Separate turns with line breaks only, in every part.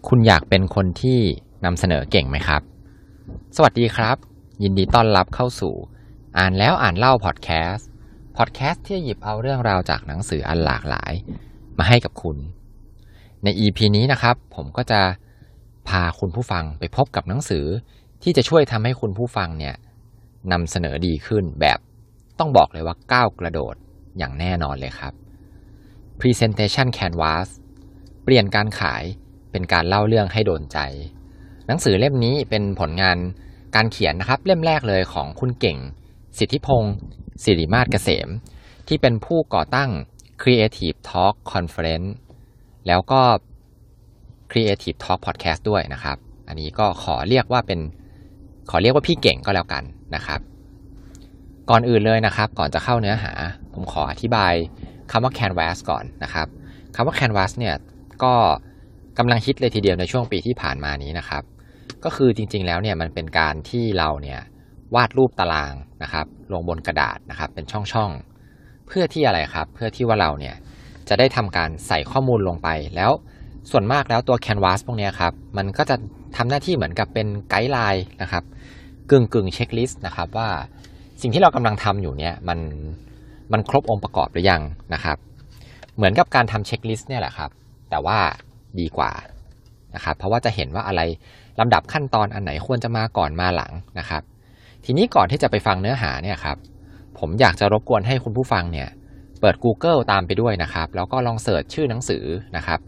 คุณอยากเป็นคนที่นำเสนอเก่งไหมครับสวัสดีครับยินดีต้อนรับเข้าสู่อ่านแล้วอ่านเล่าพอดแคสต์ที่หยิบเอาเรื่องราวจากหนังสืออันหลากหลายมาให้กับคุณใน EP นี้นะครับผมก็จะพาคุณผู้ฟังไปพบกับหนังสือที่จะช่วยทำให้คุณผู้ฟังเนี่ยนำเสนอดีขึ้นแบบต้องบอกเลยว่าก้าวกระโดดอย่างแน่นอนเลยครับ Presentation Canvas เปลี่ยนการขายเป็นการเล่าเรื่องให้โดนใจหนังสือเล่มนี้เป็นผลงานการเขียนนะครับเล่มแรกเลยของคุณเก่งสิทธิพงศ์ศิริมาศเกษมที่เป็นผู้ก่อตั้ง Creative Talk Conference แล้วก็ Creative Talk Podcast ด้วยนะครับอันนี้ก็ขอเรียกว่าพี่เก่งก็แล้วกันนะครับก่อนอื่นเลยนะครับก่อนจะเข้าเนื้อหาผมขออธิบายคำว่า Canvas ก่อนนะครับคำว่า Canvas เนี่ยก็กำลังฮิตเลยทีเดียวในช่วงปีที่ผ่านมานี้นะครับก็คือจริงๆแล้วเนี่ยมันเป็นการที่เราเนี่ยวาดรูปตารางนะครับลงบนกระดาษนะครับเป็นช่องๆเพื่อที่อะไรครับเพื่อที่ว่าเราเนี่ยจะได้ทำการใส่ข้อมูลลงไปแล้วส่วนมากแล้วตัว Canvas พวกนี้ครับมันก็จะทำหน้าที่เหมือนกับเป็นไกด์ไลน์นะครับกึ่งเช็คลิสต์นะครับว่าสิ่งที่เรากำลังทำอยู่เนี่ยมันครบองค์ประกอบหรือยังนะครับเหมือนกับการทำเช็คลิสต์เนี่ยแหละครับแต่ว่าดีกว่านะครับเพราะว่าจะเห็นว่าอะไรลำดับขั้นตอนอันไหนควรจะมาก่อนมาหลังนะครับทีนี้ก่อนที่จะไปฟังเนื้อหาเนี่ยครับผมอยากจะรบกวนให้คุณผู้ฟังเนี่ยเปิด Google ตามไปด้วยนะครับแล้วก็ลองเสิร์ชชื่อหนังสือนะครับ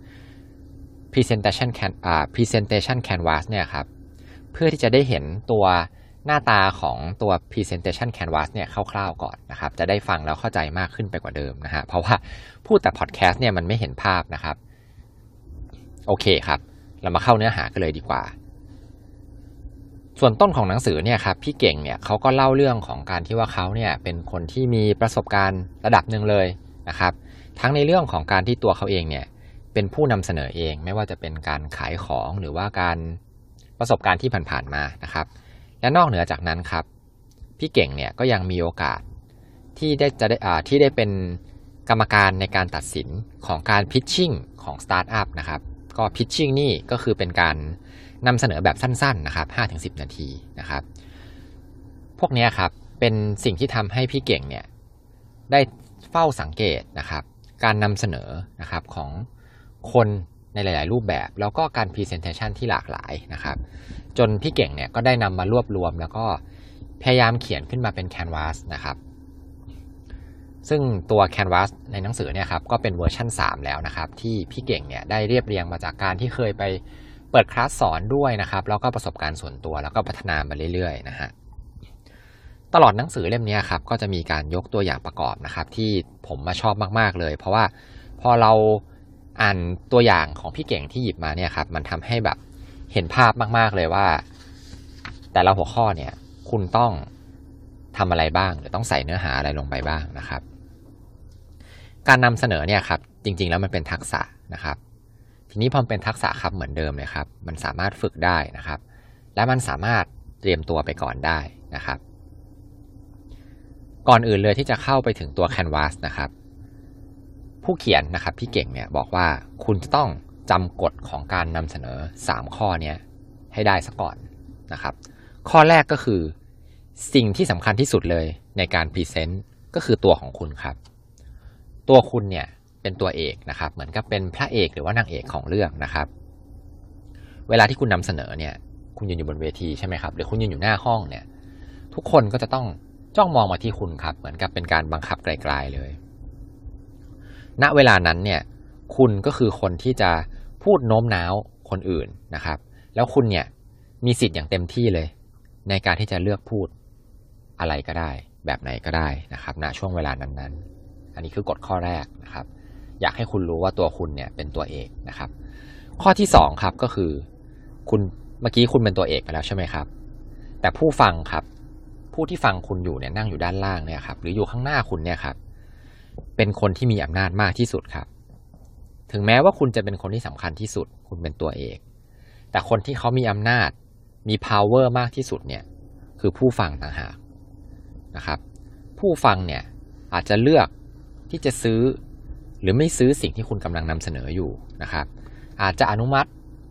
Presentation Canvas เนี่ยครับเพื่อที่จะได้เห็นตัวหน้าตาของตัว Presentation Canvas เนี่ยคร่าวๆก่อนนะครับจะได้ฟังแล้วเข้าใจมากขึ้นไปกว่าเดิมนะฮะเพราะว่าพูดแต่พอดแคสต์เนี่ยมันไม่เห็นภาพนะครับโอเคครับเรามาเข้าเนื้อหากันเลยดีกว่าส่วนต้นของหนังสือเนี่ยครับพี่เก่งเนี่ยเขาก็เล่าเรื่องของการที่ว่าเขาเนี่ยเป็นคนที่มีประสบการณ์ระดับหนึ่งเลยนะครับทั้งในเรื่องของการที่ตัวเขาเองเนี่ยเป็นผู้นำเสนอเองไม่ว่าจะเป็นการขายของหรือว่าการประสบการณ์ที่ผ่านๆมานะครับและนอกเหนือจากนั้นครับพี่เก่งเนี่ยก็ยังมีโอกาสที่ได้เป็นกรรมการในการตัดสินของการพิชชิ่งของสตาร์ทอัพนะครับก็พิชชิ่งนี่ก็คือเป็นการนำเสนอแบบสั้นๆนะครับ 5-10 นาทีนะครับพวกนี้ครับเป็นสิ่งที่ทำให้พี่เก่งเนี่ยได้เฝ้าสังเกตนะครับการนำเสนอนะครับของคนในหลายๆรูปแบบแล้วก็การ presentation ที่หลากหลายนะครับจนพี่เก่งเนี่ยก็ได้นำมารวบรวมแล้วก็พยายามเขียนขึ้นมาเป็น Canvas นะครับซึ่งตัว Canvas ในหนังสือเนี่ยครับก็เป็นเวอร์ชัน3แล้วนะครับที่พี่เก่งเนี่ยได้เรียบเรียงมาจากการที่เคยไปเปิดคลาสสอนด้วยนะครับแล้วก็ประสบการณ์ส่วนตัวแล้วก็พัฒนามาเรื่อยๆนะฮะตลอดหนังสือเล่มนี้ครับก็จะมีการยกตัวอย่างประกอบนะครับที่ผมมาชอบมากๆเลยเพราะว่าพอเราอ่านตัวอย่างของพี่เก่งที่หยิบมาเนี่ยครับมันทำให้แบบเห็นภาพมากๆเลยว่าแต่ละหัวข้อเนี่ยคุณต้องทำอะไรบ้างหรือต้องใส่เนื้อหาอะไรลงไปบ้างนะครับการนำเสนอเนี่ยครับจริงๆแล้วมันเป็นทักษะนะครับทีนี้พอเป็นทักษะครับเหมือนเดิมเลยครับมันสามารถฝึกได้นะครับและมันสามารถเตรียมตัวไปก่อนได้นะครับก่อนอื่นเลยที่จะเข้าไปถึงตัว Canvas นะครับผู้เขียนนะครับพี่เก่งเนี่ยบอกว่าคุณจะต้องจำกฎของการนำเสนอ3ข้อนี้ให้ได้ซะก่อนนะครับข้อแรกก็คือสิ่งที่สำคัญที่สุดเลยในการพรีเซนต์ก็คือตัวของคุณครับตัวคุณเนี่ยเป็นตัวเอกนะครับเหมือนกับเป็นพระเอกหรือว่านางเอกของเรื่องนะครับเวลาที่คุณนำเสนอเนี่ยคุณยืนอยู่บนเวทีใช่ไหมครับหรือคุณยืนอยู่หน้าห้องเนี่ยทุกคนก็จะต้องจ้องมองมาที่คุณครับเหมือนกับเป็นการบังคับไกลๆเลยณเวลานั้นเนี่ยคุณก็คือคนที่จะพูดโน้มน้าวคนอื่นนะครับแล้วคุณเนี่ยมีสิทธิ์อย่างเต็มที่เลยในการที่จะเลือกพูดอะไรก็ได้แบบไหนก็ได้นะครับณช่วงเวลานั้นๆอันนี้คือกฎข้อแรกนะครับอยากให้คุณรู้ว่าตัวคุณเนี่ยเป็นตัวเอกนะครับข้อที่2ครับก็คือคุณเมื่อกี้คุณเป็นตัวเอกไปแล้วใช่ไหมครับแต่ผู้ฟังครับผู้ที่ฟังคุณอยู่เนี่ยนั่งอยู่ด้านล่างเนี่ยครับหรืออยู่ข้างหน้าคุณเนี่ยครับเป็นคนที่มีอำนาจมากที่สุดครับถึงแม้ว่าคุณจะเป็นคนที่สำคัญที่สุดคุณเป็นตัวเอกแต่คนที่เขามีอำนาจมี power มากที่สุดเนี่ยคือผู้ฟังต่างหากนะครับผู้ฟังเนี่ยอาจจะเลือกที่จะซื้อหรือไม่ซื้อสิ่งที่คุณกำลังนำเสนออยู่นะครับอาจจะอนุมัติ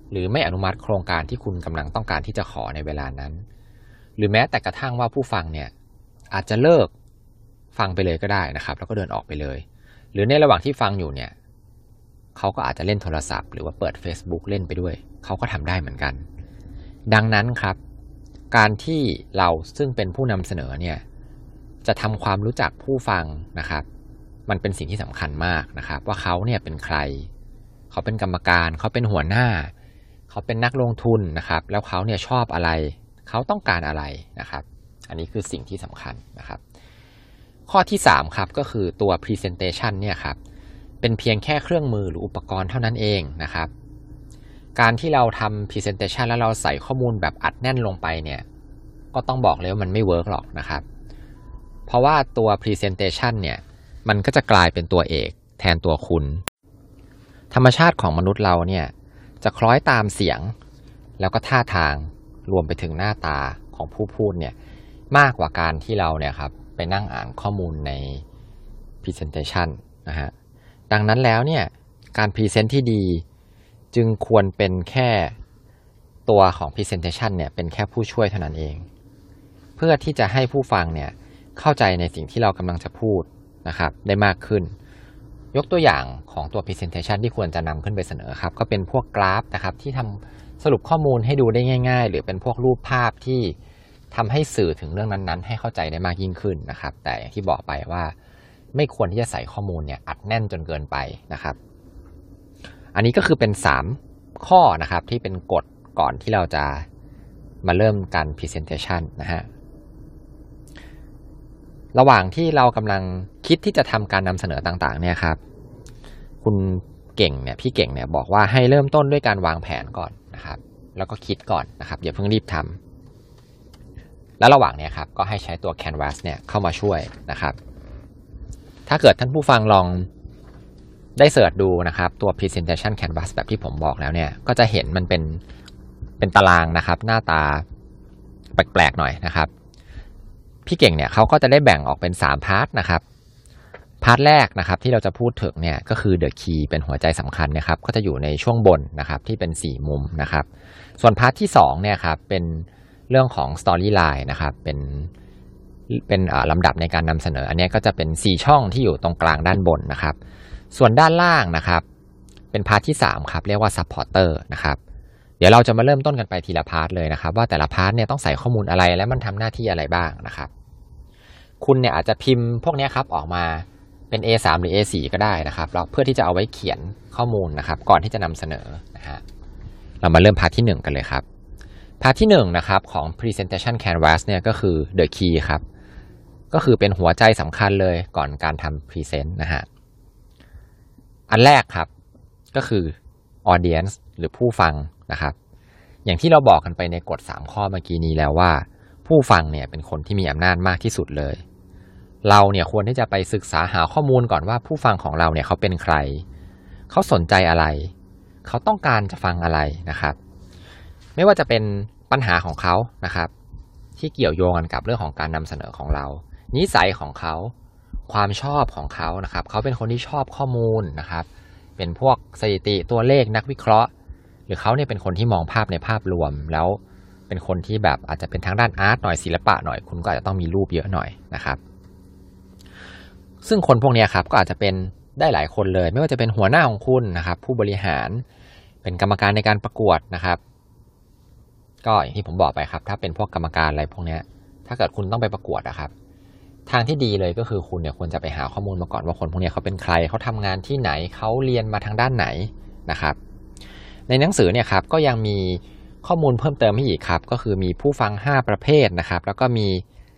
หรือไม่อนุมัติโครงการที่คุณกำลังต้องการที่จะขอในเวลานั้นหรือแม้แต่กระทั่งว่าผู้ฟังเนี่ยอาจจะเลิกฟังไปเลยก็ได้นะครับแล้วก็เดินออกไปเลยหรือในระหว่างที่ฟังอยู่เนี่ยเขาก็อาจจะเล่นโทรศัพท์หรือว่าเปิด Facebook เล่นไปด้วยเขาก็ทำได้เหมือนกันดังนั้นครับการที่เราซึ่งเป็นผู้นำเสนอเนี่ยจะทำความรู้จักผู้ฟังนะครับมันเป็นสิ่งที่สำคัญมากนะครับว่าเขาเนี่ยเป็นใครเขาเป็นกรรมการเขาเป็นหัวหน้าเขาเป็นนักลงทุนนะครับแล้วเขาเนี่ยชอบอะไรเขาต้องการอะไรนะครับอันนี้คือสิ่งที่สำคัญนะครับข้อที่3ครับก็คือตัว presentation เนี่ยครับเป็นเพียงแค่เครื่องมือหรืออุปกรณ์เท่านั้นเองนะครับการที่เราทำ presentation แล้วเราใส่ข้อมูลแบบอัดแน่นลงไปเนี่ยก็ต้องบอกเลยว่ามันไม่เวิร์กหรอกนะครับเพราะว่าตัว presentation เนี่ยมันก็จะกลายเป็นตัวเอกแทนตัวคุณธรรมชาติของมนุษย์เราเนี่ยจะคล้อยตามเสียงแล้วก็ท่าทางรวมไปถึงหน้าตาของผู้พูดเนี่ยมากกว่าการที่เราเนี่ยครับไปนั่งอ่านข้อมูลใน presentation นะฮะดังนั้นแล้วเนี่ยการ present ที่ดีจึงควรเป็นแค่ตัวของ presentation เนี่ยเป็นแค่ผู้ช่วยเท่านั้นเองเพื่อที่จะให้ผู้ฟังเนี่ยเข้าใจในสิ่งที่เรากำลังจะพูดนะครับได้มากขึ้นยกตัวอย่างของตัว presentation ที่ควรจะนำขึ้นไปเสนอครับก็เป็นพวกกราฟนะครับที่ทำสรุปข้อมูลให้ดูได้ง่ายๆหรือเป็นพวกรูปภาพที่ทำให้สื่อถึงเรื่องนั้นๆให้เข้าใจได้มากยิ่งขึ้นนะครับแต่อย่างที่บอกไปว่าไม่ควรที่จะใส่ข้อมูลเนี่ยอัดแน่นจนเกินไปนะครับอันนี้ก็คือเป็น3ข้อนะครับที่เป็นกฎก่อนที่เราจะมาเริ่มการ presentation นะฮะระหว่างที่เรากำลังคิดที่จะทำการนำเสนอต่างๆเนี่ยครับคุณเก่งเนี่ยพี่เก่งเนี่ยบอกว่าให้เริ่มต้นด้วยการวางแผนก่อนนะครับแล้วก็คิดก่อนนะครับอย่าเพิ่งรีบทำแล้วระหว่างนี้ครับก็ให้ใช้ตัว Canvas เนี่ยเข้ามาช่วยนะครับถ้าเกิดท่านผู้ฟังลองได้เสิร์ชดูนะครับตัว Presentation Canvas แบบที่ผมบอกแล้วเนี่ยก็จะเห็นมันเป็นตารางนะครับหน้าตาแปลกๆหน่อยนะครับพี่เก่งเนี่ยเขาก็จะได้แบ่งออกเป็น3พาร์ทนะครับพาร์ทแรกนะครับที่เราจะพูดถึงเนี่ยก็คือ The Key เป็นหัวใจสำคัญนะครับก็จะอยู่ในช่วงบนนะครับที่เป็น4มุมนะครับส่วนพาร์ทที่2เนี่ยครับเป็นเรื่องของ Storyline นะครับเป็นลำดับในการนำเสนออันนี้ก็จะเป็น4ช่องที่อยู่ตรงกลางด้านบนนะครับส่วนด้านล่างนะครับเป็นพาร์ทที่3ครับเรียกว่า Supporter นะครับเดี๋ยวเราจะมาเริ่มต้นกันไปทีละพาร์ทเลยนะครับว่าแต่ละพาร์ทเนี่ยต้องใส่ข้อมูลอะไรและมันทำหน้าที่อะไรบ้างนะครับคุณเนี่ยอาจจะพิมพ์พวกนี้ครับออกมาเป็น A3 หรือ A4 ก็ได้นะครับเพื่อที่จะเอาไว้เขียนข้อมูลนะครับก่อนที่จะนำเสนอนะฮะเรามาเริ่มพาร์ทที่1กันเลยครับพาร์ทที่1นะครับของ Presentation Canvas เนี่ยก็คือ The Key ครับก็คือเป็นหัวใจสำคัญเลยก่อนการทำ Present นะฮะอันแรกครับก็คือ Audience หรือผู้ฟังนะครับอย่างที่เราบอกกันไปในกฎ3ข้อเมื่อกี้นี้แล้วว่าผู้ฟังเนี่ยเป็นคนที่มีอำนาจมากที่สุดเลยเราเนี่ยควรที่จะไปศึกษาหาข้อมูลก่อนว่าผู้ฟังของเราเนี่ยเขาเป็นใครเขาสนใจอะไรเขาต้องการจะฟังอะไรนะครับไม่ว่าจะเป็นปัญหาของเขานะครับที่เกี่ยวโยงกันกับเรื่องของการนำเสนอของเรานิสัยของเขาความชอบของเขานะครับเขาเป็นคนที่ชอบข้อมูลนะครับเป็นพวกสถิติตัวเลขนักวิเคราะห์หรือเขาเนี่ยเป็นคนที่มองภาพในภาพรวมแล้วเป็นคนที่แบบอาจจะเป็นทางด้านอาร์ตหน่อยศิลปะหน่อยคุณก็อาจจะต้องมีรูปเยอะหน่อยนะครับซึ่งคนพวกนี้ครับก็อาจจะเป็นได้หลายคนเลยไม่ว่าจะเป็นหัวหน้าของคุณนะครับผู้บริหารเป็นกรรมการในการประกวดนะครับก็อย่างที่ผมบอกไปครับถ้าเป็นพวกกรรมการอะไรพวกนี้ถ้าเกิดคุณต้องไปประกวดนะครับทางที่ดีเลยก็คือคุณเนี่ยควรจะไปหาข้อมูลมาก่อนว่าคนพวกนี้เขาเป็นใครเขาทำงานที่ไหนเขาเรียนมาทางด้านไหนนะครับในหนังสือเนี่ยครับก็ยังมีข้อมูลเพิ่มเติมให้อีกครับก็คือมีผู้ฟัง5ประเภทนะครับแล้วก็มี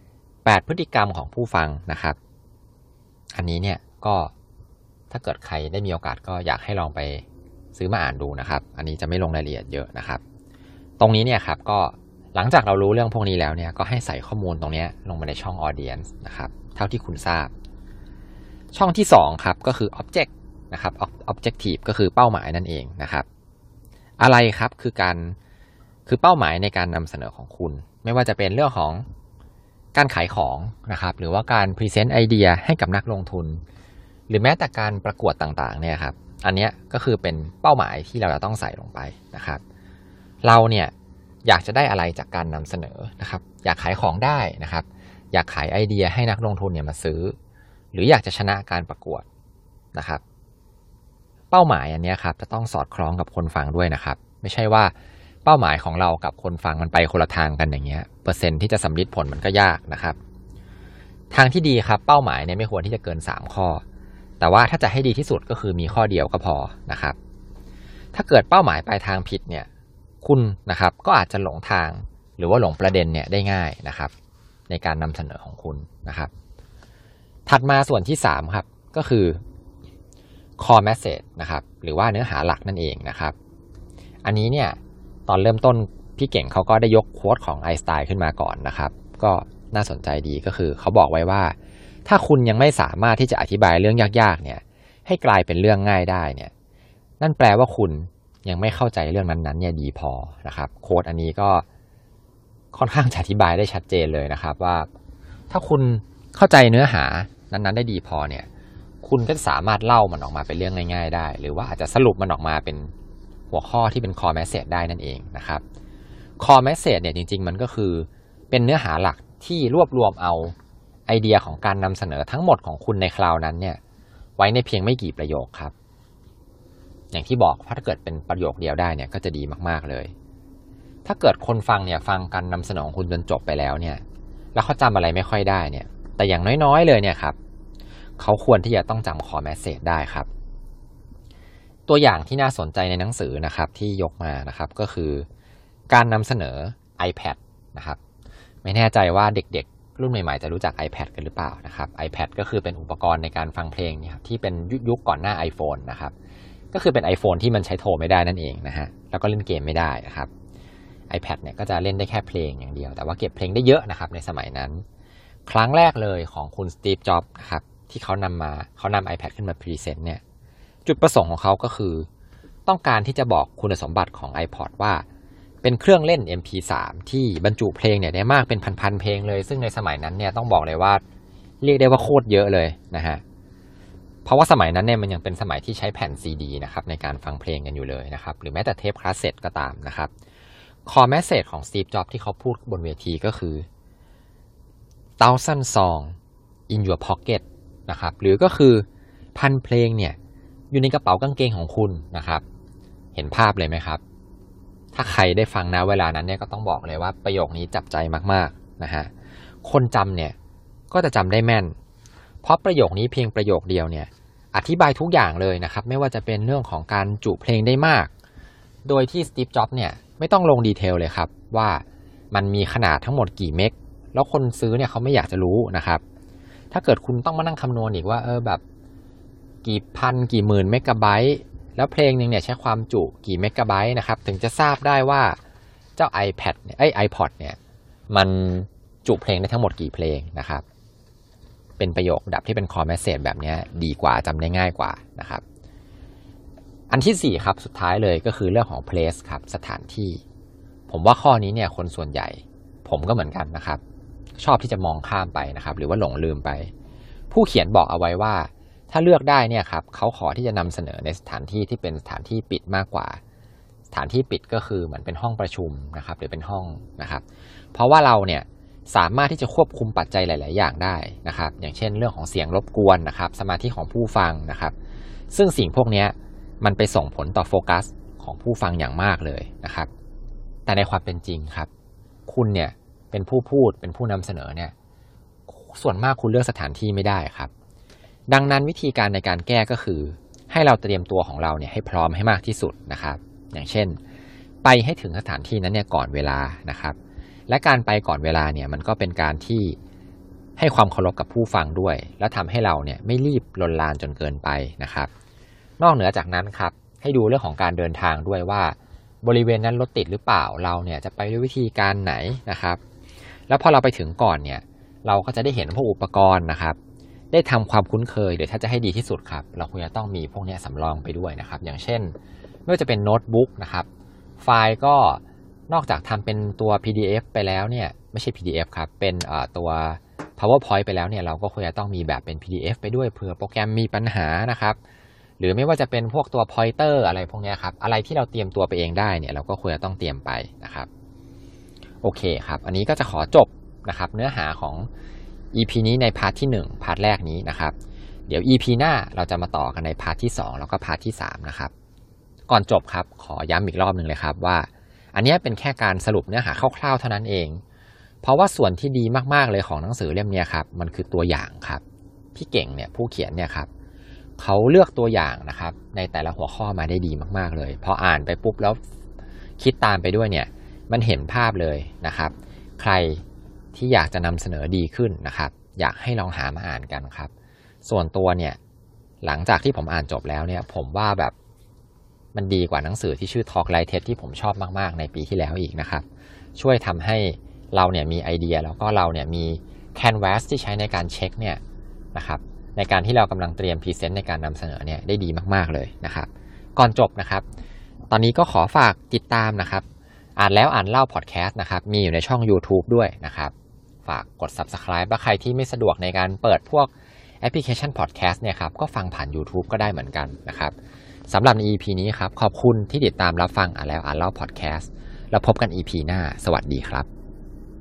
8พฤติกรรมของผู้ฟังนะครับอันนี้เนี่ยก็ถ้าเกิดใครได้มีโอกาสก็อยากให้ลองไปซื้อมาอ่านดูนะครับอันนี้จะไม่ลงรายละเอียดเยอะนะครับตรงนี้เนี่ยครับก็หลังจากเรารู้เรื่องพวกนี้แล้วเนี่ยก็ให้ใส่ข้อมูลตรงนี้ลงมาในช่อง Audience นะครับเท่าที่คุณทราบช่องที่2ครับก็คือ Object นะครับ Objective ก็คือเป้าหมายนั่นเองนะครับอะไรครับคือเป้าหมายในการนำเสนอของคุณไม่ว่าจะเป็นเรื่องของการขายของนะครับหรือว่าการพรีเซนต์ไอเดียให้กับนักลงทุนหรือแม้แต่การประกวดต่างๆเนี่ยครับอันนี้ก็คือเป็นเป้าหมายที่เราจะต้องใส่ลงไปนะครับเราเนี่ยอยากจะได้อะไรจากการนำเสนอนะครับอยากขายของได้นะครับอยากขายไอเดียให้นักลงทุนเนี่ยมาซื้อหรืออยากจะชนะการประกวดนะครับเป้าหมายอันนี้ครับจะต้องสอดคล้องกับคนฟังด้วยนะครับไม่ใช่ว่าเป้าหมายของเรากับคนฟังมันไปคนละทางกันอย่างเงี้ยเปอร์เซ็นต์ที่จะสำลิดผลมันก็ยากนะครับทางที่ดีครับเป้าหมายเนี่ยไม่ควรที่จะเกิน3ข้อแต่ว่าถ้าจะให้ดีที่สุดก็คือมีข้อเดียวก็พอนะครับถ้าเกิดเป้าหมายปลายทางผิดเนี่ยคุณนะครับก็อาจจะหลงทางหรือว่าหลงประเด็นเนี่ยได้ง่ายนะครับในการนำเสนอของคุณนะครับถัดมาส่วนที่3ครับก็คือ core message นะครับหรือว่าเนื้อหาหลักนั่นเองนะครับอันนี้เนี่ยตอนเริ่มต้นพี่เก่งเขาก็ได้ยกโค้ดของไอน์สไตน์ขึ้นมาก่อนนะครับก็น่าสนใจดีก็คือเขาบอกไว้ว่าถ้าคุณยังไม่สามารถที่จะอธิบายเรื่องยากๆเนี่ยให้กลายเป็นเรื่องง่ายได้เนี่ยนั่นแปลว่าคุณยังไม่เข้าใจเรื่องนั้นๆเนี่ยดีพอนะครับโค้ดอันนี้ก็ค่อนข้างจะอธิบายได้ชัดเจนเลยนะครับว่าถ้าคุณเข้าใจเนื้อหานั้นๆได้ดีพอเนี่ยคุณก็สามารถเล่ามันออกมาเป็นเรื่องง่ายๆได้หรือว่าอาจจะสรุปมันออกมาเป็นหัวข้อที่เป็น core message ได้นั่นเองนะครับ core message เนี่ยจริงๆมันก็คือเป็นเนื้อหาหลักที่รวบรวมเอาไอเดียของการนำเสนอทั้งหมดของคุณในคราวนั้นเนี่ยไว้ในเพียงไม่กี่ประโยคครับอย่างที่บอกถ้าเกิดเป็นประโยคเดียวได้เนี่ยก็จะดีมากๆเลยถ้าเกิดคนฟังเนี่ยฟังการนำเสนอของคุณจนจบไปแล้วเนี่ยแล้วเขาจำอะไรไม่ค่อยได้เนี่ยแต่อย่างน้อยๆเลยเนี่ยครับเขาควรที่จะต้องจำ core message ได้ครับตัวอย่างที่น่าสนใจในหนังสือนะครับที่ยกมานะครับก็คือการนำเสนอ iPad นะครับไม่แน่ใจว่าเด็กๆรุ่นใหม่ๆจะรู้จัก iPad กันหรือเปล่านะครับ iPad ก็คือเป็นอุปกรณ์ในการฟังเพลงเนี่ยที่เป็นยุคก่อนหน้า iPhone นะครับก็คือเป็น iPhone ที่มันใช้โทรไม่ได้นั่นเองนะฮะแล้วก็เล่นเกมไม่ได้นะครับ iPad เนี่ยก็จะเล่นได้แค่เพลงอย่างเดียวแต่ว่าเก็บเพลงได้เยอะนะครับในสมัยนั้นครั้งแรกเลยของคุณสตีฟ จ็อบส์นะครับที่เขานำ iPad ขึ้นมาพรีเซนต์เนี่ยจุดประสงค์ของเขาก็คือต้องการที่จะบอกคุณสมบัติของ iPod ว่าเป็นเครื่องเล่น MP3 ที่บรรจุเพลงเนี่ยได้มากเป็นพันๆเพลงเลยซึ่งในสมัยนั้นเนี่ยต้องบอกเลยว่าเรียกได้ว่าโคตรเยอะเลยนะฮะเพราะว่าสมัยนั้นเนี่ยมันยังเป็นสมัยที่ใช้แผ่นซีดีนะครับในการฟังเพลงกันอยู่เลยนะครับหรือแม้แต่เทปคาสเซ็ตก็ตามนะครับcore message ของ Steve Jobs ที่เขาพูดบนเวทีก็คือ thousand song in your pocket นะครับหรือก็คือพันเพลงเนี่ยอยู่ในกระเป๋ากางเกงของคุณนะครับเห็นภาพเลยไหมครับถ้าใครได้ฟังนะเวลานั้นเนี่ยก็ต้องบอกเลยว่าประโยคนี้จับใจมากๆนะฮะคนจำเนี่ยก็จะจำได้แม่นเพราะประโยคนี้เพียงประโยคเดียวเนี่ยอธิบายทุกอย่างเลยนะครับไม่ว่าจะเป็นเรื่องของการจุเพลงได้มากโดยที่ Steve Jobs เนี่ยไม่ต้องลงดีเทลเลยครับว่ามันมีขนาดทั้งหมดกี่เมกแล้วคนซื้อเนี่ยเขาไม่อยากจะรู้นะครับถ้าเกิดคุณต้องมานั่งคำนวณอีกว่าแบบกี่พันกี่หมื่นเมกะไบต์แล้วเพลงนึงเนี่ยใช้ความจุกี่เมกะไบต์นะครับถึงจะทราบได้ว่าเจ้า iPad เนี่ยiPod เนี่ยมันจุเพลงได้ทั้งหมดกี่เพลงนะครับเป็นประโยคดับที่เป็น core message แบบนี้ดีกว่าจำได้ง่ายกว่านะครับอันที่4ครับสุดท้ายเลยก็คือเรื่องของ place ครับสถานที่ผมว่าข้อนี้เนี่ยคนส่วนใหญ่ผมก็เหมือนกันนะครับชอบที่จะมองข้ามไปนะครับหรือว่าหลงลืมไปผู้เขียนบอกเอาไว้ว่าถ้าเลือกได้เนี่ยครับเขาขอที่จะนำเสนอในสถานที่ที่เป็นสถานที่ปิดมากกว่าสถานที่ปิดก็คือเหมือนเป็นห้องประชุมนะครับหรือเป็นห้องนะครับเพราะว่าเราเนี่ยสามารถที่จะควบคุมปัจจัยหลายๆอย่างได้นะครับอย่างเช่นเรื่องของเสียงรบกวนนะครับสมาธิของผู้ฟังนะครับซึ่งสิ่งพวกนี้มันไปส่งผลต่อโฟกัสของผู้ฟังอย่างมากเลยนะครับแต่ในความเป็นจริงครับคุณเนี่ยเป็นผู้พูดเป็นผู้นำเสนอเนี่ยส่วนมากคุณเลือกสถานที่ไม่ได้ครับดังนั้นวิธีการในการแก้ก็คือให้เราเตรียมตัวของเราเนี่ยให้พร้อมให้มากที่สุดนะครับอย่างเช่นไปให้ถึงสถานที่นั้นเนี่ยก่อนเวลานะครับและการไปก่อนเวลาเนี่ยมันก็เป็นการที่ให้ความเคารพกับผู้ฟังด้วยและทำให้เราเนี่ยไม่รีบลนลานจนเกินไปนะครับนอกเหนือจากนั้นครับให้ดูเรื่องของการเดินทางด้วยว่าบริเวณนั้นรถติดหรือเปล่าเราเนี่ยจะไปด้วยวิธีการไหนนะครับแล้วพอเราไปถึงก่อนเนี่ยเราก็จะได้เห็นพวกอุปกรณ์นะครับได้ทำความคุ้นเคยหรือถ้าจะให้ดีที่สุดครับเราควรจะต้องมีพวกนี้สำรองไปด้วยนะครับอย่างเช่นไม่ว่าจะเป็นโน้ตบุ๊กนะครับไฟล์ก็นอกจากทำเป็นตัว PDF ไปแล้วเนี่ยไม่ใช่ PDF ครับเป็นตัว PowerPoint ไปแล้วเนี่ยเราก็ควรจะต้องมีแบบเป็น PDF ไปด้วยเผื่อโปรแกรมมีปัญหานะครับหรือไม่ว่าจะเป็นพวกตัว pointer อะไรพวกนี้ครับอะไรที่เราเตรียมตัวไปเองได้เนี่ยเราก็ควรจะต้องเตรียมไปนะครับโอเคครับอันนี้ก็จะขอจบนะครับเนื้อหาของ EP นี้ในพาร์ทที่1พาร์ทแรกนี้นะครับเดี๋ยว EP หน้าเราจะมาต่อกันในพาร์ทที่2แล้วก็พาร์ทที่3นะครับก่อนจบครับขอย้ำอีกรอบนึงเลยครับว่าอันนี้เป็นแค่การสรุปเนื้อหาคร่าวๆเท่านั้นเองเพราะว่าส่วนที่ดีมากๆเลยของหนังสือเล่มนี้ครับมันคือตัวอย่างครับพี่เก่งเนี่ยผู้เขียนเนี่ยครับเขาเลือกตัวอย่างนะครับในแต่ละหัวข้อมาได้ดีมากๆเลยพออ่านไปปุ๊บแล้วคิดตามไปด้วยเนี่ยมันเห็นภาพเลยนะครับใครที่อยากจะนำเสนอดีขึ้นนะครับอยากให้ลองหามาอ่านกันครับส่วนตัวเนี่ยหลังจากที่ผมอ่านจบแล้วเนี่ยผมว่าแบบมันดีกว่าหนังสือที่ชื่อ Talk Like TED ที่ผมชอบมากๆในปีที่แล้วอีกนะครับช่วยทำให้เราเนี่ยมีไอเดียแล้วก็เราเนี่ยมี Canvas ที่ใช้ในการเช็คเนี่ยนะครับในการที่เรากำลังเตรียมพรีเซนต์ในการนำเสนอเนี่ยได้ดีมากๆเลยนะครับก่อนจบนะครับตอนนี้ก็ขอฝากติดตามนะครับอ่านแล้วอ่านเล่าพอดแคสต์นะครับมีอยู่ในช่อง YouTube ด้วยนะครับฝากกด Subscribe ว่าใครที่ไม่สะดวกในการเปิดพวกแอปพลิเคชันพอดแคสต์เนี่ยครับก็ฟังผ่าน YouTube ก็ได้เหมือนกันนะครับสำหรับใน EP นี้ครับขอบคุณที่ติดตามรับฟังอ่านแล้วอ่านเล่าพอดแคสต์แล้วพบกัน EP หน้าสวัสดีครับ